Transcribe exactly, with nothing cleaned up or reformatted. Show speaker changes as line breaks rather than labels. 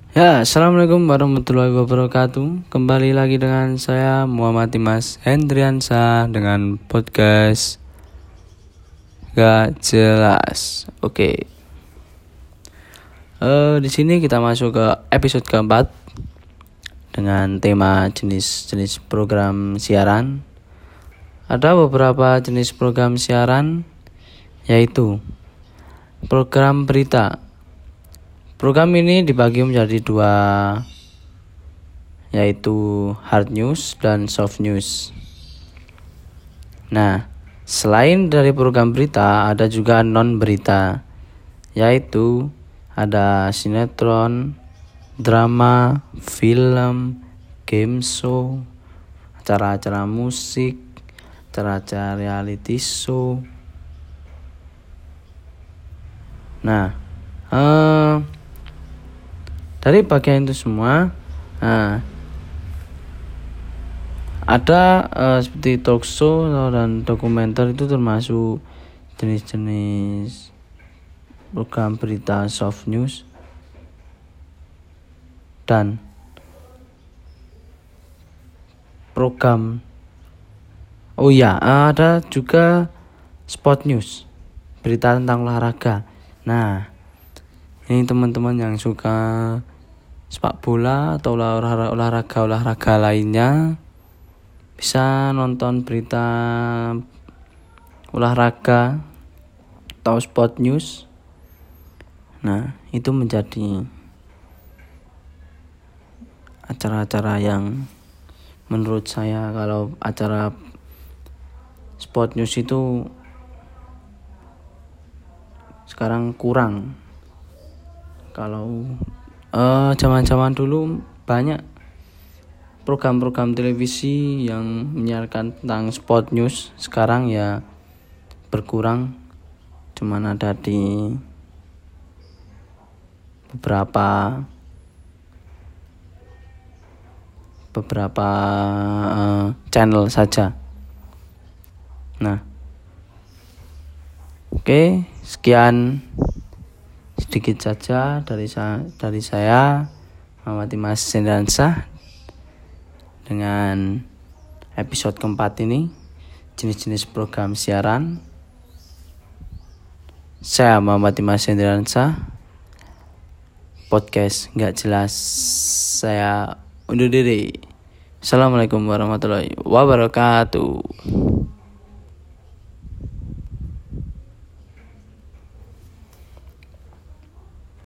Ya, Assalamualaikum warahmatullahi wabarakatuh. Kembali lagi dengan saya Muhammad Dimas Hendriansa dengan podcast Gak Jelas. Oke. Uh, di sini kita masuk ke episode keempat dengan tema jenis-jenis program siaran. Ada beberapa jenis program siaran, yaitu program berita. Program ini dibagi menjadi dua, yaitu hard news dan soft news. Nah, selain dari program berita, ada juga non berita, yaitu ada sinetron, drama, film, game show, acara-acara musik, acara-acara reality show. Nah, uh, dari bagian itu semua, nah, ada uh, seperti talk show dan dokumenter, itu termasuk jenis-jenis program berita soft news. Dan program, oh ya, ada juga sport news, berita tentang olahraga. Nah, ini teman-teman yang suka sepak bola atau olahraga-olahraga lainnya bisa nonton berita olahraga atau sport news. Nah, itu menjadi acara-acara yang menurut saya, kalau acara sport news itu sekarang kurang. Kalau uh, zaman-zaman dulu banyak program-program televisi yang menyiarkan tentang sport news. Sekarang ya berkurang, cuman ada di beberapa beberapa uh, channel saja. Nah, oke, okay, sekian sedikit saja dari saya, dari saya Muhammad Dimas Hendriansa dengan episode keempat ini, jenis-jenis program siaran. Saya Muhammad Dimas Hendriansa, podcast Gak Jelas. Saya undur diri. Assalamualaikum warahmatullahi wabarakatuh.